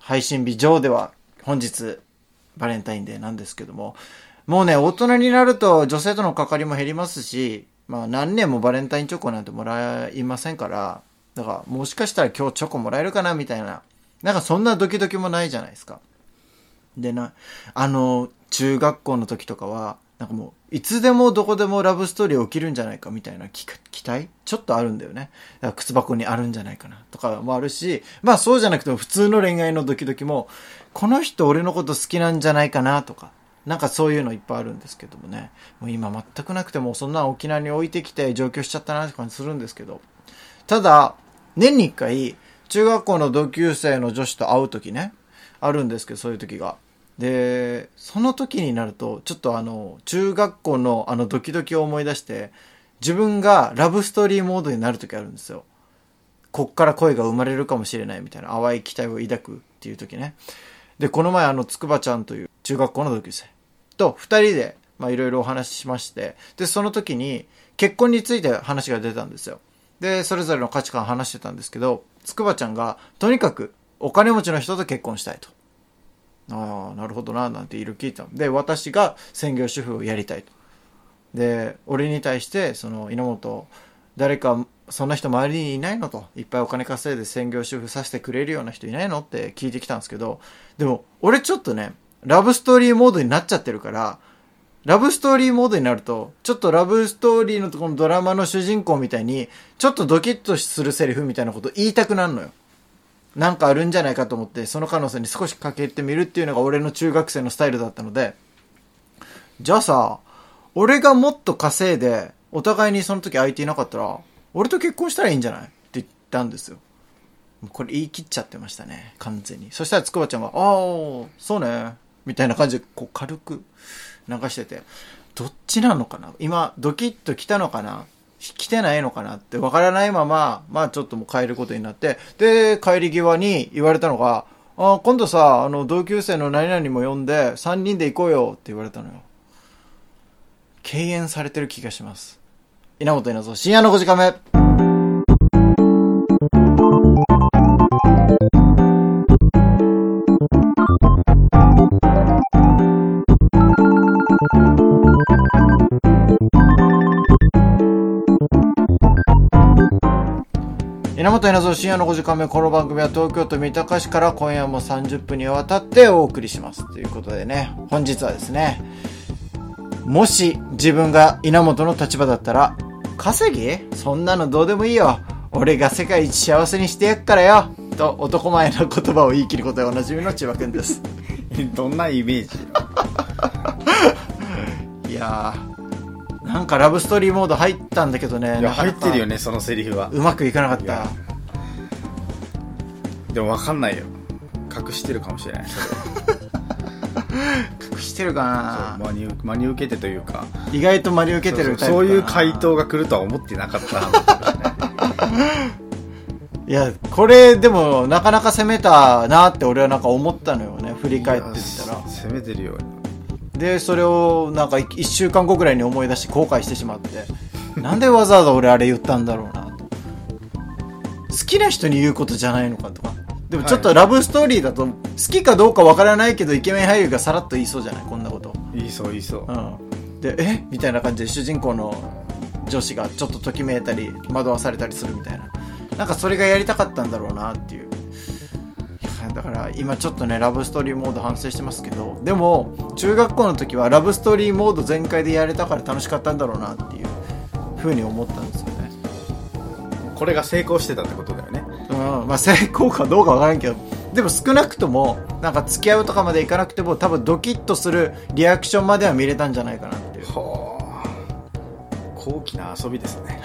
配信日上では本日バレンタインデーなんですけども、もうね、大人になると女性との関わりも減りますし、まあ何年もバレンタインチョコなんてもらいませんから、だからもしかしたら今日チョコもらえるかなみたいな、なんかそんなドキドキもないじゃないですか。でな、中学校の時とかは、なんかもういつでもどこでもラブストーリー起きるんじゃないかみたいな期待ちょっとあるんだよね。だから靴箱にあるんじゃないかなとかもあるし、まあそうじゃなくても普通の恋愛のドキドキも、この人俺のこと好きなんじゃないかなとか、なんかそういうのいっぱいあるんですけどもね。もう今全くなくてもそんな沖縄に置いてきて上京しちゃったなって感じするんですけど。ただ、年に一回中学校の同級生の女子と会う時ね、あるんですけど、そういう時が。で、その時になると、ちょっと中学校のドキドキを思い出して、自分がラブストーリーモードになる時あるんですよ。こっから恋が生まれるかもしれないみたいな淡い期待を抱くっていう時ね。で、この前つくばちゃんという中学校の同級生と二人で、まあいろいろお話ししまして、で、その時に結婚について話が出たんですよ。で、それぞれの価値観を話してたんですけど、つくばちゃんがとにかくお金持ちの人と結婚したいと。ああ、なるほどな、なんていろいろ聞いた。で、私が専業主婦をやりたいと。で、俺に対して、稲本、誰か、そんな人周りにいないのと。いっぱいお金稼いで専業主婦させてくれるような人いないのって聞いてきたんですけど、でも、俺ちょっとね、ラブストーリーモードになっちゃってるから、ラブストーリーモードになると、ちょっとラブストーリーのとこのドラマの主人公みたいに、ちょっとドキッとするセリフみたいなこと言いたくなるのよ。なんかあるんじゃないかと思って、その可能性に少しかけてみるっていうのが俺の中学生のスタイルだったので、じゃあさ、俺がもっと稼いで、お互いにその時相手いなかったら、俺と結婚したらいいんじゃないって言ったんですよ。これ言い切っちゃってましたね、完全に。そしたらつくばちゃんが、ああ、そうね、みたいな感じで、こう軽く流してて、どっちなのかな今、ドキッと来たのかな来てないのかなって分からないまま、まあちょっともう帰ることになって、で、帰り際に言われたのが、今度さ、同級生の何々も呼んで、3人で行こうよって言われたのよ。敬遠されてる気がします。稲本稲造、深夜の5時間目。稲本稲造深夜の5時間目。この番組は東京都三鷹市から今夜も30分にわたってお送りしますということでね、本日はですね、もし自分が稲本の立場だったら、稼ぎそんなのどうでもいいよ、俺が世界一幸せにしてやっからよと男前の言葉を言い切ることでおなじみの千葉くんです。 どんなイメージいやー、なんかラブストーリーモード入ったんだけどね。 いや、入ってるよね、そのセリフは。 うまくいかなかった。 でも分かんないよ、隠してるかもしれない。 隠してるかな。 真に受けてというか、 意外と真に受けてるタイプかな。 そういう回答が来るとは思ってなかったいや、これでもなかなか攻めたなって俺はなんか思ったのよね、振り返ってみたら。 攻めてるよ。 で、それをなんか1週間後ぐらいに思い出して後悔してしまって、なんでわざわざ俺あれ言ったんだろうなと。好きな人に言うことじゃないのかとか。でもちょっとラブストーリーだと、好きかどうかわからないけどイケメン俳優がさらっと言いそうじゃない、こんなこと。 言いそう。 うん。で、みたいな感じで主人公の女子がちょっとときめいたり惑わされたりするみたいな。なんかそれがやりたかったんだろうなっていう。だから今ちょっとね、ラブストーリーモード反省してますけど、でも中学校の時はラブストーリーモード全開でやれたから楽しかったんだろうなっていう風に思ったんですよね。 これが成功してたってことだよね。 うん、まあ成功かどうかわからんけど、でも少なくともなんか付き合うとかまでいかなくても多分ドキッとするリアクションまでは見れたんじゃないかなっていう。 はあ、高貴な遊びですね。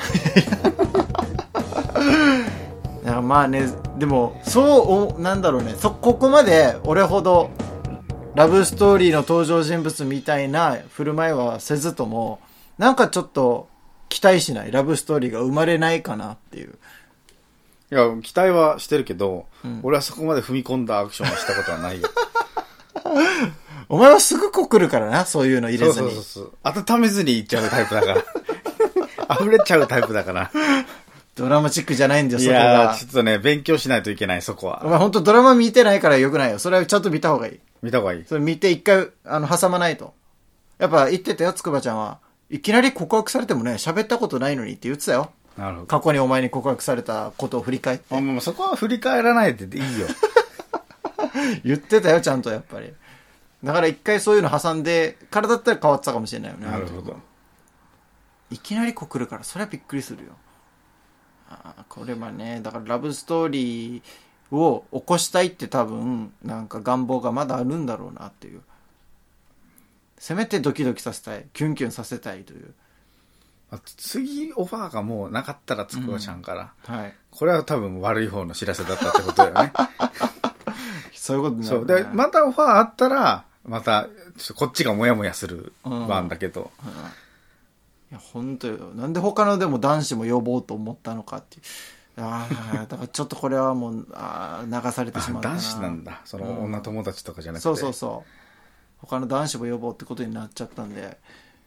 いやまあね、でもそうなんだろうね、ここまで俺ほどラブストーリーの登場人物みたいな振る舞いはせずとも、なんかちょっと期待しないラブストーリーが生まれないかなっていう。 いや、期待はしてるけど、俺はそこまで踏み込んだアクションはしたことはないよ。 お前はすぐこ来るからな、そういうの入れずに。 そう。温めずにいっちゃうタイプだから。溢れちゃうタイプだから。 ドラマチックじゃないんだよ、 いそこやー、 が。 ちょっとね、勉強しないといけない、そこおは。 前ほんとドラマ見てないからよくないよ。それはちゃんと見た方がいい。 見た方がいい。 それ見て一回、挟まないと。やっぱ言ってたよ、つくばちゃんは。いきなり告白されてもね、喋ったことないのにって言ってたよ。 なるほど。 過去にお前に告白されたことを振り返って。 もうそこは振り返らないでいいよ。 言ってたよ、ちゃんとやっぱり。だから一回そういうの挟んでからだったら変わってたかもしれないよね。 なるほど。 いきなり告るから、それはびっくりするよ。これはね、だからラブストーリーを起こしたいって多分、なんか願望がまだあるんだろうなっていう。せめてドキドキさせたい。キュンキュンさせたいという。 次オファーがもうなかったらつくばちゃんから、 はい。 これは多分悪い方の知らせだったってことだよね。 そういうことになる、ね。 そう。で、またオファーあったら、また、こっちがモヤモヤする番だけど。 いや、本当よ。なんで他のでも男子も呼ぼうと思ったのかっていう。だからちょっとこれはもう、流されてしまったな。 男子なんだ。その女友達とかじゃなくて。 そうそうそう。他の男子も呼ぼうってことになっちゃったんで。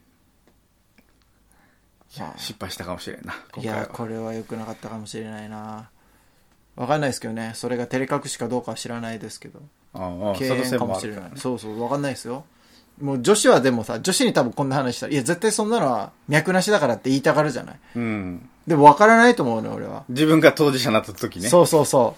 失敗したかもしれんな。 いや、これは良くなかったかもしれないな。わかんないですけどね。それが照れ隠しかどうかは知らないですけど。敬遠かもしれない。そうそう、わかんないですよ。もう女子はでもさ、女子に多分こんな話したら、いや、絶対そんなのは脈なしだからって言いたがるじゃない。 うん。 でもわからないと思うね、俺は。 自分が当事者になった時ね。 そうそうそう。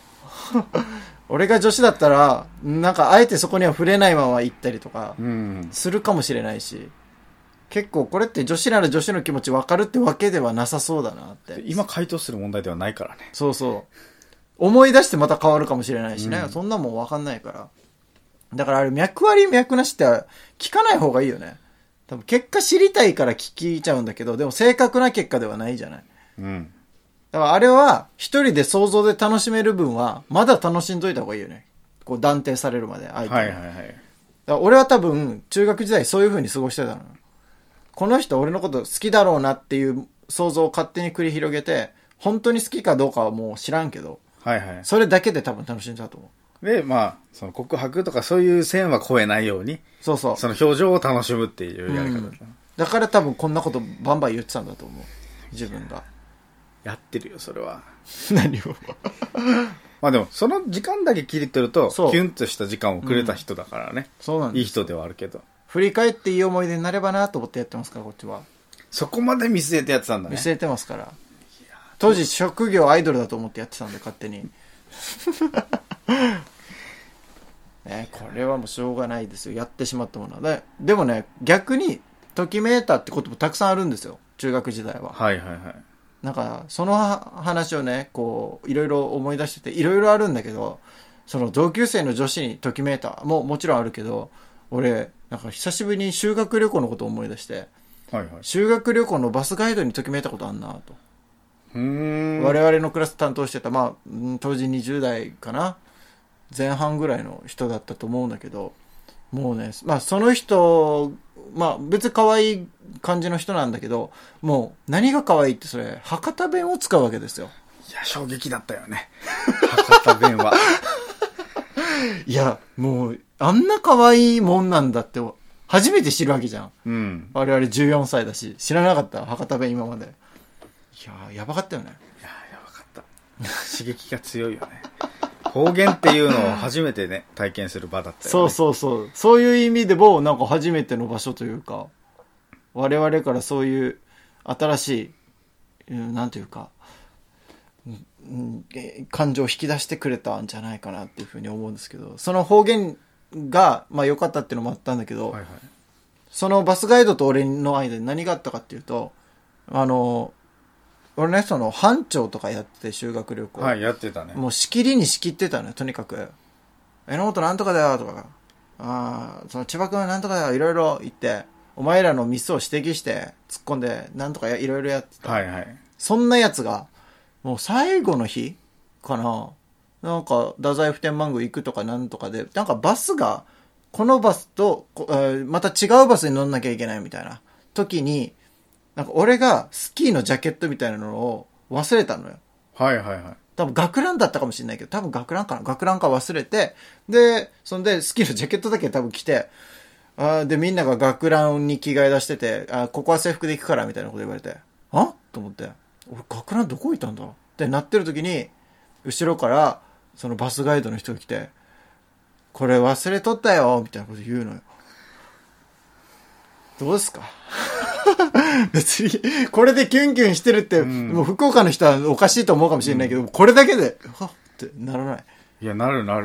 俺が女子だったら、なんかあえてそこには触れないまま行ったりとか、するかもしれないし、結構これって女子なら女子の気持ち分かるってわけではなさそうだなって。 今回答する問題ではないからね。 そうそう。思い出してまた変わるかもしれないしね。そんなもん分かんないから。だからあれ脈あり脈なしって聞かない方がいいよね。多分結果知りたいから聞いちゃうんだけど、でも正確な結果ではないじゃない。 うん。 だからあれは一人で想像で楽しめる分はまだ楽しんどいた方がいいよね。こう断定されるまで相手は。 はいはいはい。 だから俺は多分中学時代そういう風に過ごしてたの。この人俺のこと好きだろうなっていう想像を勝手に繰り広げて、本当に好きかどうかはもう知らんけど、 はいはい。 それだけで多分楽しんじゃうと思う。 で、まあ、その告白とかそういう線は越えないように、 そうそう。 その表情を楽しむっていうやり方だ、 だから多分こんなことバンバン言ってたんだと思う。自分が。 やってるよ、それは。 何をまあでも、その時間だけ切り取ると、キそうュンとした時間をくれた人だからね。 そうなんです。 いい人ではあるけど。 振り返っていい思い出になればなと思ってやってますから、こっちは。 そこまで見据えてやってたんだね。 見据えてますから。当時職業アイドルだと思ってやってたんで、勝手に。これはもうしょうがないですよ。やってしまったものは。でもね、逆に、ときめいたってこともたくさんあるんですよ。中学時代は。 はいはいはい。 なんか、その話をね、こう、いろいろ思い出してて、いろいろあるんだけど、その同級生の女子にときめいたもちろんあるけど、俺、なんか久しぶりに修学旅行のことを思い出して、 はいはい。 修学旅行のバスガイドにときめいたことあんなと。我々のクラス担当してた、まあ、当時20代かな前半ぐらいの人だったと思うんだけど、もうね、まあその人、まあ別に可愛い感じの人なんだけど、もう何が可愛いってそれ、博多弁を使うわけですよ。 いや、衝撃だったよね。博多弁は。 いや、もう、あんな可愛いもんなんだって、初めて知るわけじゃん。 うん。 我々14歳だし、知らなかった博多弁今まで。いやー、やばかったよね。 いや、やばかった。刺激が強いよね。方言っていうのを初めてね、体験する場だったよね。 そうそうそう。そういう意味でも、なんか初めての場所というか、我々からそういう新しい、なんていうか、感情を引き出してくれたんじゃないかなっていうふうに思うんですけど、その方言が、まあ良かったっていうのもあったんだけど、 はいはい、 そのバスガイドと俺の間に何があったかっていうと、俺ね、その班長とかやってて修学旅行。 はい、やってたね。 もう仕切りに仕切ってたのよ、とにかく。榎本なんとかだよ、とか。その千葉君なんとかだよ、いろいろ言って、お前らのミスを指摘して、突っ込んで、なんとかいろいろやってた。 はいはい。 そんなやつが、もう最後の日かな。なんか、太宰府天満宮行くとかなんとかで、なんかバスが、このバスと、また違うバスに乗んなきゃいけないみたいな時に、なんか俺がスキーのジャケットみたいなのを忘れたのよ。 はいはいはい。 多分学ランだったかもしれないけど、多分学ランか忘れて、で、そんでスキーのジャケットだけ多分着て、で、みんなが学ランに着替え出してて、ここは制服で行くからみたいなこと言われて、と思って、俺学ランどこ行ったんだってなってる時に、後ろからそのバスガイドの人が来て、これ忘れとったよみたいなこと言うのよ。どうですか？別にこれでキュンキュンしてるって、もう福岡の人はおかしいと思うかもしれないけど、これだけではっってならない？ いや、なるいや、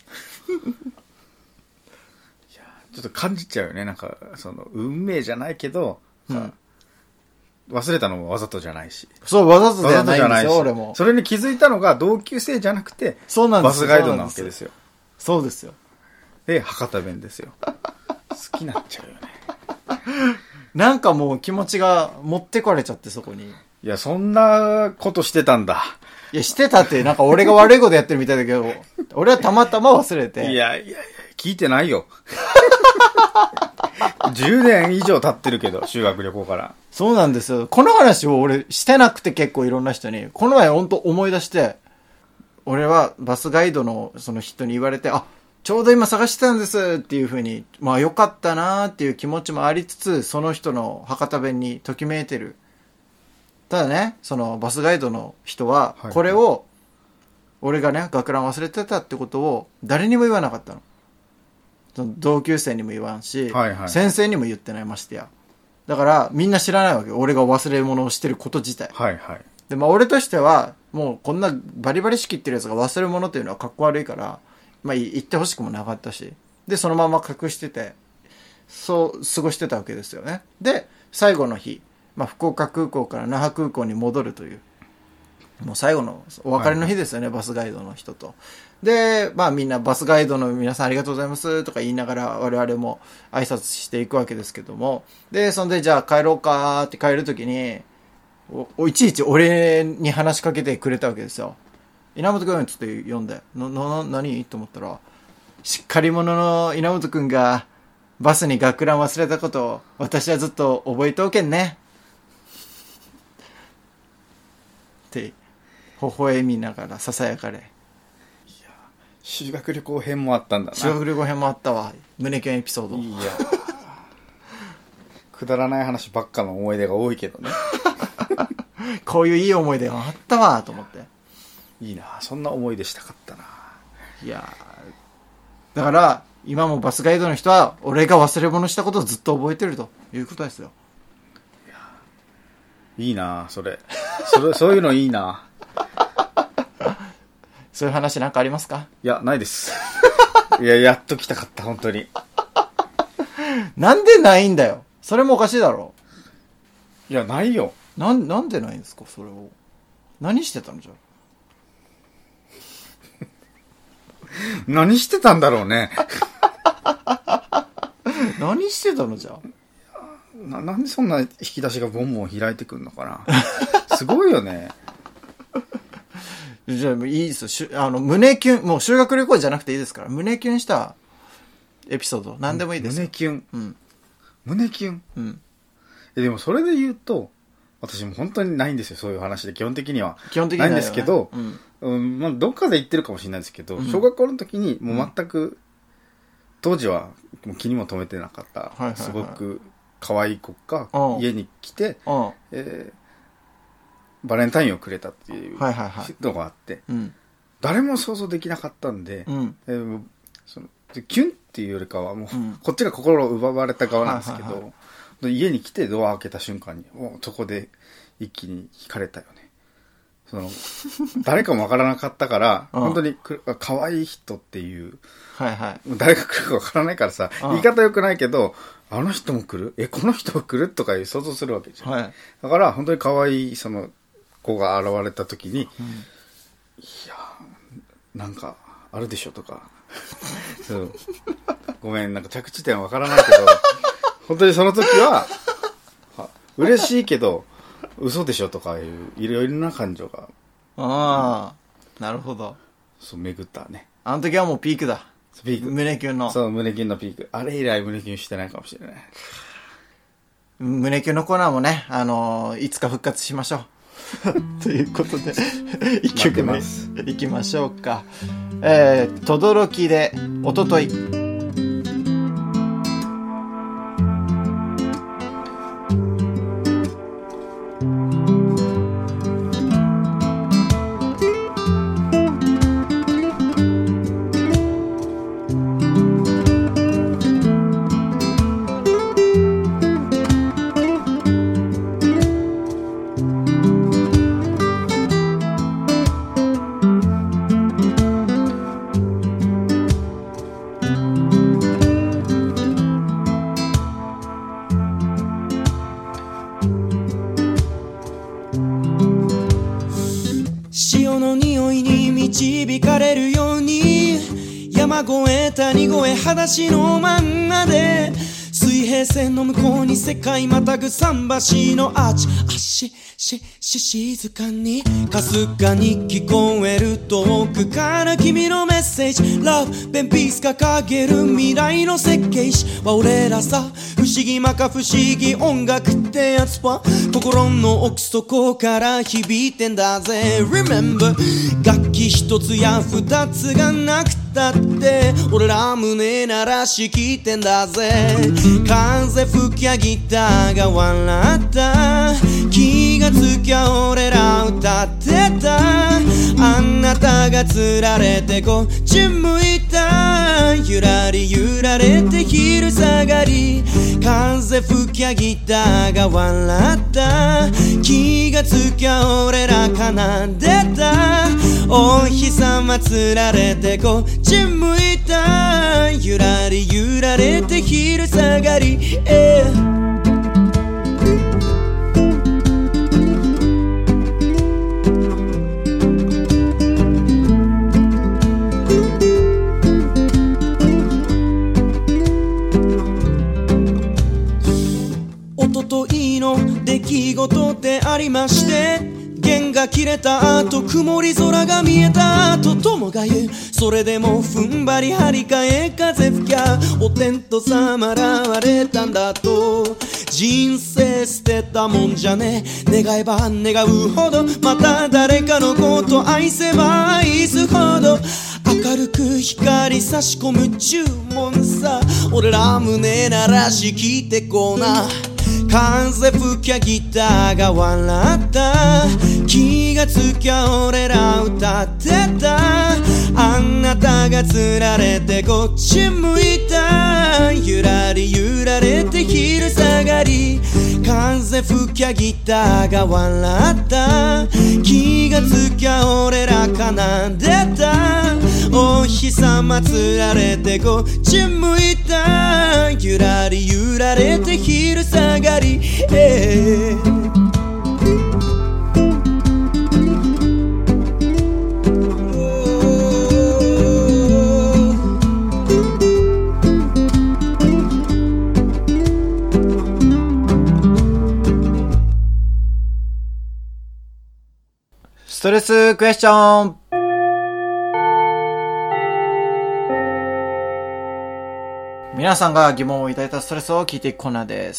ちょっと感じちゃうよね。なんかその運命じゃないけど、忘れたのもわざとじゃないし。 そう、わざとじゃないんですよ、俺も。 それに気づいたのが同級生じゃなくて、 そうなんですよ。 バスガイドなわけですよ。 そうですよ。 で、博多弁ですよ。好きになっちゃうよね。 なんかもう気持ちが持ってこれちゃって、そこに。 いや、そんなことしてたんだ。 いや、してたって、なんか俺が悪いことやってるみたいだけど、俺はたまたま忘れて。 いや、聞いてないよ。10年以上経ってるけど、修学旅行から。 そうなんですよ。この話を俺してなくて、結構いろんな人に。この前本当思い出して、俺はバスガイドのその人に言われて、あ、ちょうど今探してたんですっていう風に、まあ良かったなーっていう気持ちもありつつ、その人の博多弁にときめいてる。ただね、そのバスガイドの人は、これを、俺がね、学ラン忘れてたってことを誰にも言わなかったの。その同級生にも言わんし、先生にも言ってない、ましてや。だからみんな知らないわけよ。俺が忘れ物をしてること自体。で、まあ俺としては、もうこんなバリバリ仕切ってるやつが忘れ物っていうのはかっこ悪いから、まあ言ってほしくもなかったし。で、そのまま隠してて、そう過ごしてたわけですよね。で、最後の日、まあ福岡空港から那覇空港に戻るという、もう最後のお別れの日ですよね、バスガイドの人と。で、まあみんなバスガイドの皆さんありがとうございますとか言いながら我々も挨拶していくわけですけども、で、そんでじゃあ帰ろうかって帰るときに、いちいち俺に話しかけてくれたわけですよ。稲本くんつって呼んで、何と思ったら、しっかり者の稲本くんがバスに学ラン忘れたことを私はずっと覚えておけんね。って微笑みながら囁かれ。 修学旅行編もあったんだな。 修学旅行編もあったわ。胸キュンエピソード。 いや。くだらない話ばっかの思い出が多いけどね。 こういういい思い出があったわと思って。 いいな、そんな思い出したかったな。 いやだから今もバスガイドの人は俺が忘れ物したことをずっと覚えてるということですよ。 いいな、そういうのいいな。 そういう話なんかありますか？ いや、ないです。いや、やっと来たかった、本当に。 なんでないんだよ。それもおかしいだろ。 いや、ないよ。 なんでないんですか、それを。何してたのじゃあ。 何してたんだろうね。 何してたのじゃあ。なんでそんな引き出しがボンボン開いてくんのかな。すごいよね。 じゃあいいですよ。胸キュン、もう修学旅行じゃなくていいですから、胸キュンしたエピソード、何でもいいですよ。 胸キュン。 うん。 胸キュン。 うん。 でもそれで言うと、私も本当にないんですよ、そういう話で。基本的には。 基本的にないんですけど、 まあ、どっかで言ってるかもしれないですけど、小学校の時にもう全く、当時はもう気にも留めてなかった、すごく可愛い子が家に来て、バレンタインをくれたっていうのがあって、誰も想像できなかったんで、そのキュンっていうよりかはもう、こっちが心を奪われた側なんですけど、家に来てドア開けた瞬間にもうそこで一気に惹かれたよね。その誰かもわからなかったから、本当に可愛い人っていう、誰が来るかわからないからさ、言い方良くないけど、あの人も来る？この人も来る？とかいう想像するわけじゃん。だから本当に可愛いその子が現れた時に、いやなんかあるでしょとかそうごめん、なんか着地点わからないけど本当にその時は嬉しいけど嘘でしょとかいういろいろな感情が、 なるほど、 そう巡ったね。 あの時はもうピークだ。 ピーク、 胸キュンの。 そう、胸キュンのピーク。あれ以来胸キュンしてないかもしれない。 胸キュンのコーナーもね、いつか復活しましょうということで一曲目いきましょうか。とどろきでおととい。 えた似声裸足のまんまで水平線の向こうに世界またぐ桟橋のアーチ静かにかすかに聞こえる遠くから君のメッセージ Love ペンピース掲げる未来の設計士は俺らさ不思議まか不思議音楽ってやつは心の奥底から響いてんだぜ Remember 楽器一つや二つがなくたって俺ら胸鳴らし聞いてんだぜ風吹きゃギターが笑った気がつきゃ俺ら歌ってたあなたがつられてこっち向いたゆらり揺られて昼下がり風吹きゃギターが笑った気がつきゃ俺ら奏でたお日様つられてこっち向いたゆらり揺られて昼下がり、おとといの出来事でありまして弦が切れた後曇り空が見えた後友が言うそれでも踏ん張り張り替え風吹きゃお天道様現れたんだと人生捨てたもんじゃね願えば願うほどまた誰かのこと愛せば愛すほど明るく光差し込む注文さ俺ら胸鳴らし聞いてこうな風吹きゃギターが笑った気がつきゃ俺ら歌ってたあなたがつられてこっち向いたゆらり揺られて昼下がり風吹きゃギターが笑った気がつきゃ俺ら奏でたお日様つられてこっち向いたゆらり揺られて昼下がり、 ストレスクエスチョン。皆さんが疑問を抱いたストレスを聞いていくコーナーです。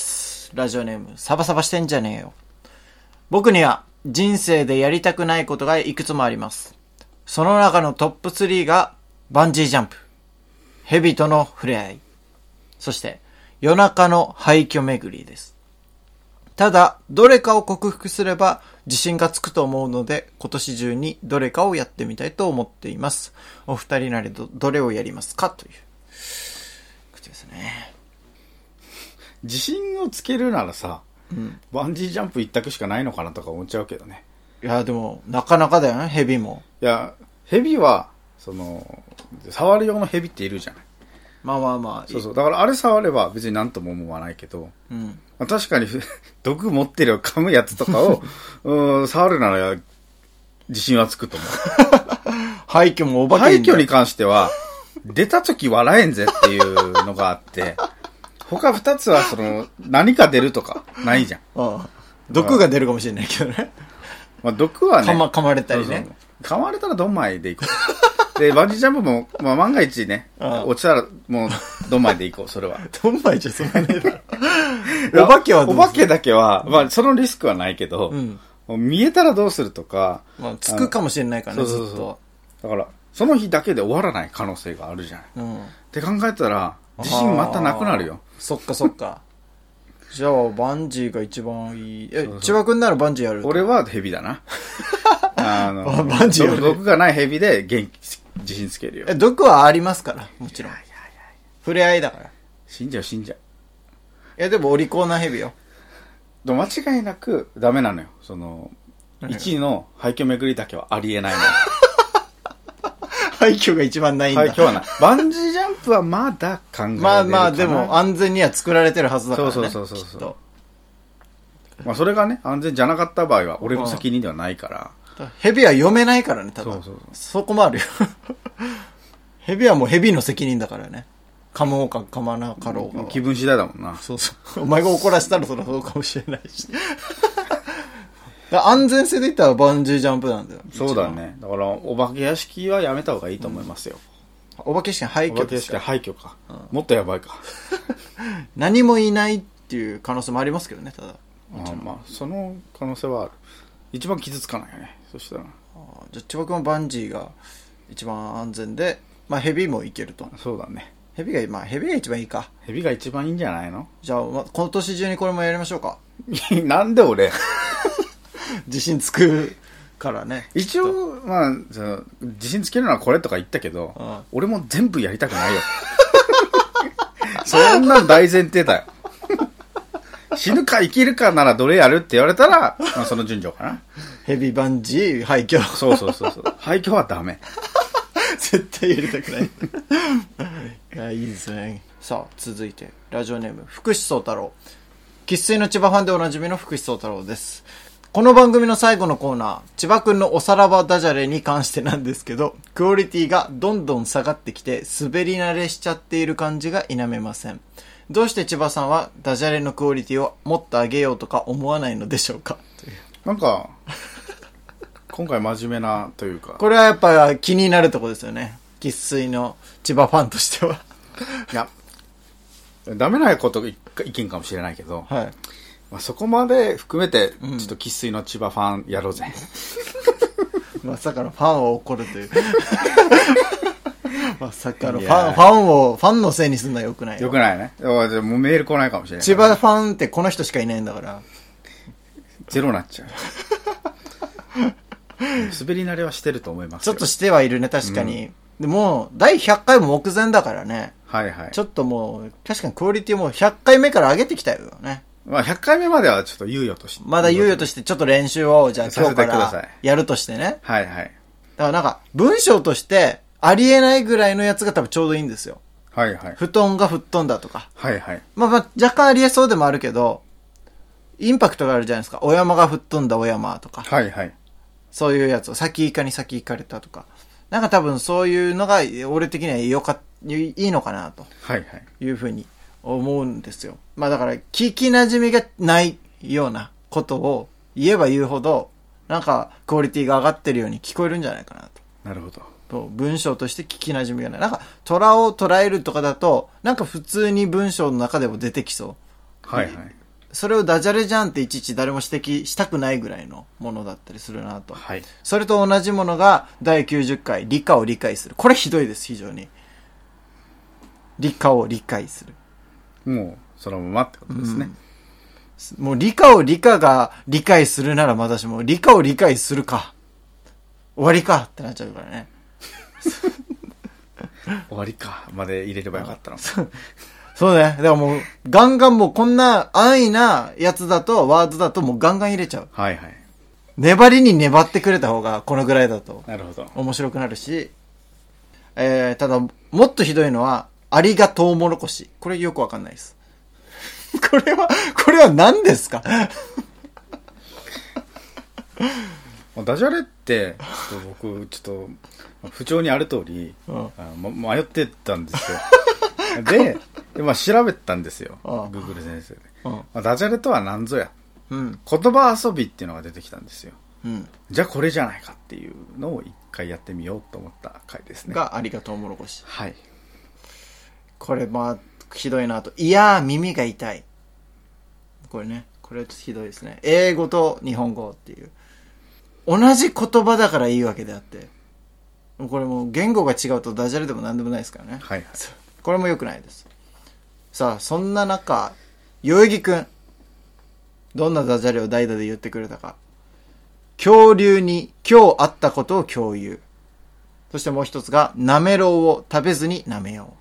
ラジオネームサバサバしてんじゃねえよ。僕には人生でやりたくないことがいくつもあります。その中のトップ3がバンジージャンプ、ヘビとの触れ合い、そして夜中の廃墟巡りです。ただどれかを克服すれば自信がつくと思うので今年中にどれかをやってみたいと思っています。お二人なりどれをやりますかということですね。 自信をつけるならさ、バンジージャンプ一択しかないのかなとか思っちゃうけどね。 いやでもなかなかだよねヘビも。 いやヘビはその触る用のヘビっているじゃない。 まあまあまあそうだからあれ触れば別になんとも思わないけど、まあ、確かに毒持ってる噛むやつとかを触るなら自信はつくと思う。 廃墟もお化け廃墟に関しては出た時笑えんぜっていうのがあって他二つはその何か出るとかないじゃん。 毒が出るかもしれないけどね。 まあ毒はね噛まれたりね。 噛まれたらドンマイでいこう。でバンジージャンプも、まあ、万が一ね落ちたらもうドンマイでいこう。それはドンマイじゃそんなにお化けはどうする？ お化けだけはまあそのリスクはないけど、見えたらどうするとか、 まあ、つくかもしれないからね。ずっとだからその日だけで終わらない可能性があるじゃない、って考えたら自信またなくなるよ。 そっかそっか。じゃあバンジーが一番いい。千葉くんならバンジーやる？ 俺はヘビだな。 バンジーやる。 毒がないヘビで自信つけるよ。 毒はありますからもちろん。触れ合いだから。 死んじゃう。いやでもお利口なヘビよ。 間違いなくダメなのよ。その1位の廃墟巡りだけはありえないの。 廃墟が一番ないんだ。 廃墟はない。バンジージャンプはまだ考えられるかな。 まあでも安全には作られてるはずだからね。 そうまあそれがね安全じゃなかった場合は俺の責任ではないから。 ヘビは読めないからね多分。そこもあるよ。 蛇はもう蛇の責任だからね。噛もうか噛まなかろうか。 気分次第だもんな。 そうそう。お前が怒らせたらそりゃそうかもしれないし。安全性で言ったらバンジージャンプなんだよ。 そうだね。だから、お化け屋敷はやめた方がいいと思いますよ。 お化け屋敷廃墟ですか？ お化け屋敷廃墟か。もっとやばいか。 何もいないっていう可能性もありますけどね、ただ。 まあ、その可能性はある。一番傷つかないよね。そしたら。 じゃあ、千葉君はバンジーが一番安全で、まあ、ヘビもいけると。 そうだね。 ヘビが一番いいか。 ヘビが一番いいんじゃないの？ じゃあ、今年中にこれもやりましょうか。 なんで俺自信つくからね。 一応、まあ、自信つけるのはこれとか言ったけど、俺も全部やりたくないよ。そんな大前提だよ。死ぬか生きるかならどれやるって言われたら、まあ、その順序かな。 ヘビバンジー廃墟。 そう。廃墟はダメ。 絶対やりたくない。いや、いいですね。さあ、続いて、ラジオネーム、福士蒼太郎。生粋の千葉ファンでおなじみの福士蒼太郎です。この番組の最後のコーナー、千葉くんのおさらばダジャレに関してなんですけど、クオリティがどんどん下がってきて、滑り慣れしちゃっている感じが否めません。どうして千葉さんはダジャレのクオリティをもっと上げようとか思わないのでしょうか？ なんか、今回真面目なというか。 これはやっぱ気になるところですよね。生粋の千葉ファンとしては。 いや、ダメなこと意見かもしれないけど、 はい。 まあ、そこまで含めて、ちょっと生粋の千葉ファンやろうぜ。 まさかのファンを怒るという。まさかのファンのせいにすんのは良くないよ。 良くないね。もうメール来ないかもしれない。 千葉ファンってこの人しかいないんだから。 ゼロになっちゃう。滑り慣れはしてると思いますよ。 ちょっとしてはいるね、確かに。でも、第100回も目前だからね。 はいはい。 ちょっともう、確かにクオリティも100回目から上げてきたよね。 まあ100回目まではちょっと猶予として。 まだ猶予としてちょっと練習を、じゃあ今日からやるとしてね。 はいはい。 だからなんか、文章としてありえないぐらいのやつが多分ちょうどいいんですよ。 はいはい。 布団が吹っ飛んだとか。 はいはい。 まあ若干ありえそうでもあるけど、インパクトがあるじゃないですか。お山が吹っ飛んだお山とか。 はいはい。 そういうやつを、先イカに先行かれたとか。なんか多分そういうのが、俺的にはいいのかなと。 はいはい。 いうふうに思うんですよ。まあだから、聞き馴染みがないようなことを言えば言うほど、なんかクオリティが上がってるように聞こえるんじゃないかなと。 なるほど。 文章として聞き馴染みがない。なんか、虎を捉えるとかだと、なんか普通に文章の中でも出てきそう。 はいはい。 それをダジャレじゃんっていちいち誰も指摘したくないぐらいのものだったりするなと。 はい。 それと同じものが第90回理科を理解する。これひどいです、非常に。理科を理解する。 もう、そのままってことですね。 もう理科が理解するならまだしも、理科を理解するか。終わりかってなっちゃうからね。 終わりか。まで入れればよかったの。 そうね。だからもう、ガンガンもうこんな安易なやつだと、ワードだともうガンガン入れちゃう。 はいはい。 粘りに粘ってくれた方が、このぐらいだと。 なるほど。 面白くなるし、ただ、もっとひどいのは、アリがトウモロコシ。これよくわかんないです。これは何ですか？ ダジャレって、僕、ちょっと、不調にある通り、迷ってたんですよ。で、まあ、調べたんですよ。Google 先生で。ダジャレとは何ぞや。言葉遊びっていうのが出てきたんですよ。じゃあこれじゃないかっていうのを一回やってみようと思った回ですね。 がアリがトウモロコシ。 はい。 これまあ、ひどいなと。いやー、耳が痛い。これね。これひどいですね。英語と日本語っていう。同じ言葉だからいいわけであって。これもう言語が違うとダジャレでも何でもないですからね。 はいはい。 これも良くないです。さあ、そんな中、代々木くん。どんなダジャレを代打で言ってくれたか。恐竜に今日あったことを共有。そしてもう一つが、なめろうを食べずになめよう。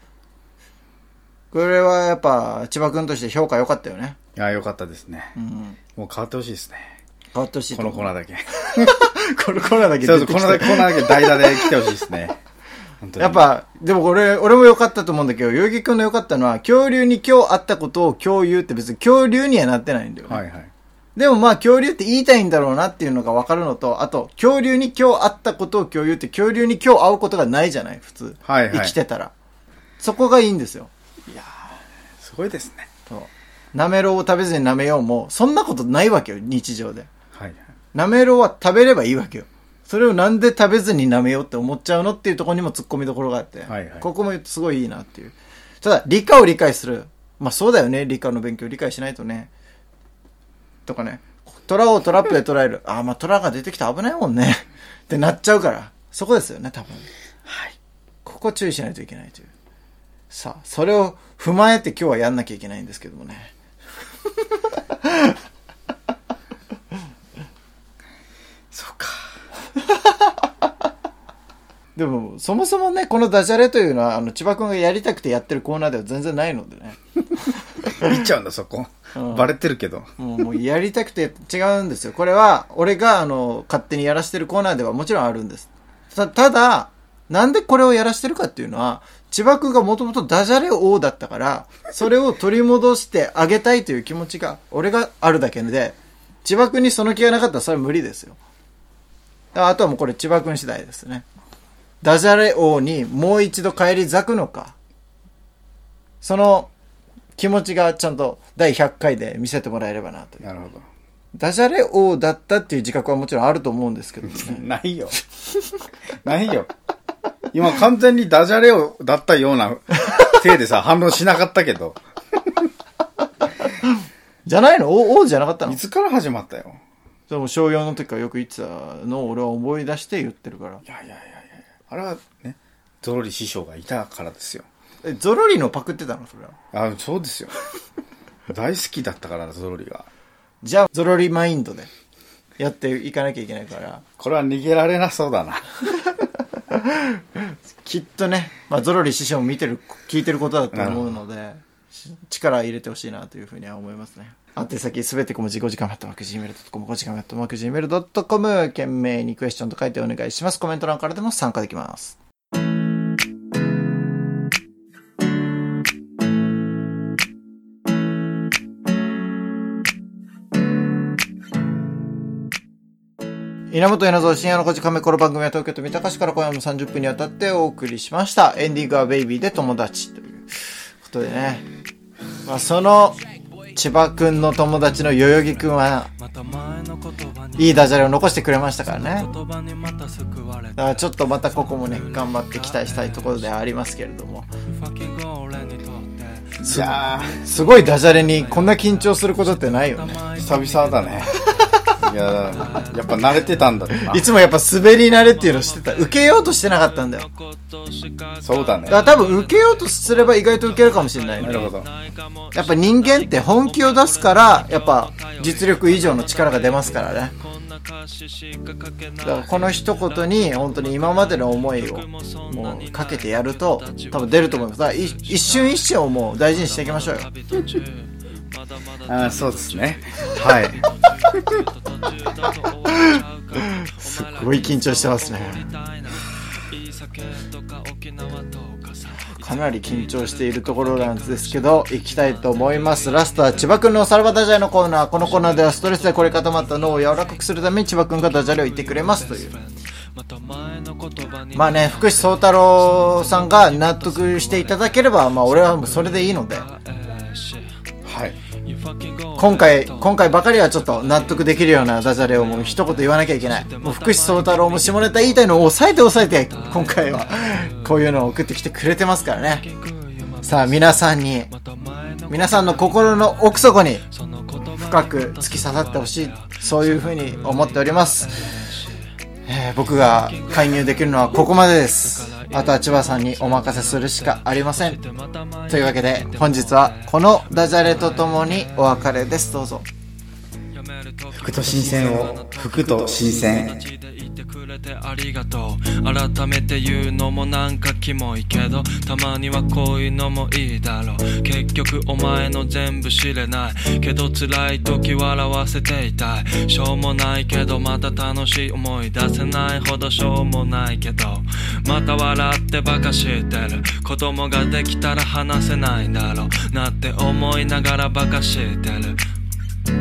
これはやっぱ、千葉くんとして評価良かったよね。 いや、良かったですね。もう変わってほしいですね。 変わってほしい。 このコーナーだけ。 このコーナーだけ。 そうそう、このコーナーだけ代打で来てほしいですね。 やっぱ、でも俺も良かったと思うんだけど、代々木くんの良かったのは、恐竜に今日あったことを共有って別に恐竜にはなってないんだよね。 はいはい。 でもまあ恐竜って言いたいんだろうなっていうのが分かるのと、あと恐竜に今日会ったことを共有って、恐竜に今日会うことがないじゃない、普通。はいはい。生きてたら。そこがいいんですよ。 いやー、すごいですね。 そう。なめろうを食べずになめようも、そんなことないわけよ、日常で。はいはい。なめろうは食べればいいわけよ。それをなんで食べずになめようって思っちゃうのっていうところにも突っ込みどころがあって。はいはい。ここもすごいいいなっていう。ただ、理科を理解する。まあそうだよね、理科の勉強を理解しないとね。とかね、虎をトラップで捉える。まあ虎が出てきたら危ないもんね。ってなっちゃうから。そこですよね、多分。はい。ここ注意しないといけないという。さあ、それを踏まえて今日はやんなきゃいけないんですけどもね。 そうか。 でも、そもそもね、このダジャレというのは、千葉くんがやりたくてやってるコーナーでは全然ないのでね。 言っちゃうんだ、そこ。バレてるけど。 もうやりたくて違うんですよ。これは、俺が、勝手にやらしてるコーナーではもちろんあるんです。ただ、なんでこれをやらしてるかっていうのは、千葉くんがもともとダジャレ王だったから、それを取り戻してあげたいという気持ちが、俺があるだけで、千葉くんにその気がなかったらそれは無理ですよ。あとはもうこれ千葉くん次第ですね。ダジャレ王にもう一度返り咲くのか、その気持ちがちゃんと第100回で見せてもらえればなという。 なるほど。 ダジャレ王だったっていう自覚はもちろんあると思うんですけどね。 ないよ。ないよ。今完全にダジャレ王だったようなせいでさ、反論しなかったけど。 じゃないの？王じゃなかったの？ いつから始まったよ。 でも小4の時からよく言ってたのを俺は思い出して言ってるから。 いや。あれはね、ゾロリ師匠がいたからですよ。 ゾロリのパクってたのそれは。 そうですよ。大好きだったからゾロリが。 じゃあゾロリマインドでやっていかなきゃいけないから。 これは逃げられなそうだな。 きっとね、ゾロリ師匠も聞いてることだと思うので、力入れてほしいなというふうには思いますね。宛先すべて小文字5時間マットマーク Gmail.com 5時間マットマーク Gmail.com 懸命にクエスチョンと書いてお願いします。コメント欄からでも参加できます。稲本稲造深夜の5時間目、この番組は東京都三鷹市から今夜も30分にわたってお送りしました。エンディングはベイビーで友達ということでね。その千葉くんの友達の代々木くんはいいダジャレを残してくれましたからね。だからちょっとまたここもね、頑張って期待したいところではありますけれども。すごいダジャレにこんな緊張することってないよね。 久々だね。いや、やっぱ慣れてたんだろうな。 いつもやっぱ滑り慣れっていうのをしてた。受けようとしてなかったんだよ。 そうだね。 だから多分受けようとすれば意外と受けるかもしれないね。 なるほど。 やっぱ人間って本気を出すから、やっぱ実力以上の力が出ますからね。だからこの一言に本当に今までの思いをもうかけてやると多分出ると思います。だから一瞬一瞬をもう大事にしていきましょうよ。 そうですね。はい。 すごい緊張してますね。かなり緊張しているところなんですけど、行きたいと思います。ラストは千葉くんのさらばダジャレのコーナー。このコーナーではストレスで凝り固まった脳を柔らかくするために千葉くんがダジャレを言ってくれますという。まあね、福士蒼太郎さんが納得していただければ、俺はもうそれでいいので。 はい。 今回ばかりはちょっと納得できるようなダジャレをもう一言言わなきゃいけない。もう福士蒼太郎も下ネタ言いたいのを抑えて今回はこういうのを送ってきてくれてますからね。さあ皆さんの心の奥底に深く突き刺さってほしい、そういう風に思っております。僕が介入できるのはここまでです。あとは千葉さんにお任せするしかありません。というわけで本日はこのダジャレとともにお別れです。どうぞ。 福と新鮮を福と新鮮。 ありがとう。改めて言うのもなんかキモいけど、たまにはこういうのもいいだろう。結局お前の全部知れないけど辛い時笑わせていたい。しょうもないけどまた楽しい、思い出せないほどしょうもないけどまた笑ってバカしてる。子供ができたら話せないんだろうなって思いながらバカしてる。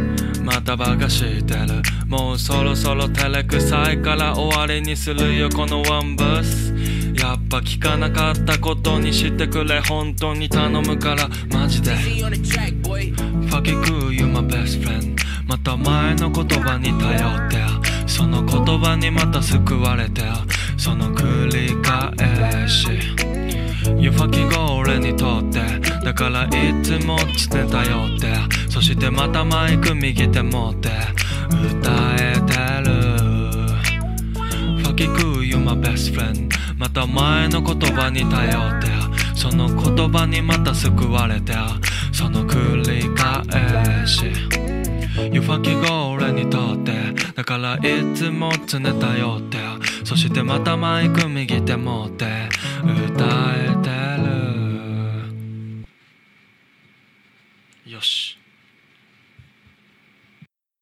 またバカしてる。もうそろそろ照れくさいから終わりにするよこのワンバス。やっぱ聞かなかったことにしてくれ、本当に頼むからマジで。 Fuck you, you my best friend。 また前の言葉に頼って、その言葉にまた救われて、その繰り返し。 You fucking go 俺にとって、だからいつもつて頼って、そしてまたマイク右手持って歌えてる。 Fuck you, you my best friend。 また前の言葉に頼って、その言葉にまた救われて、その繰り返し。 You fucking go 俺にとって、だからいつも常頼って、そしてまたマイク右手持って歌えてる。よし。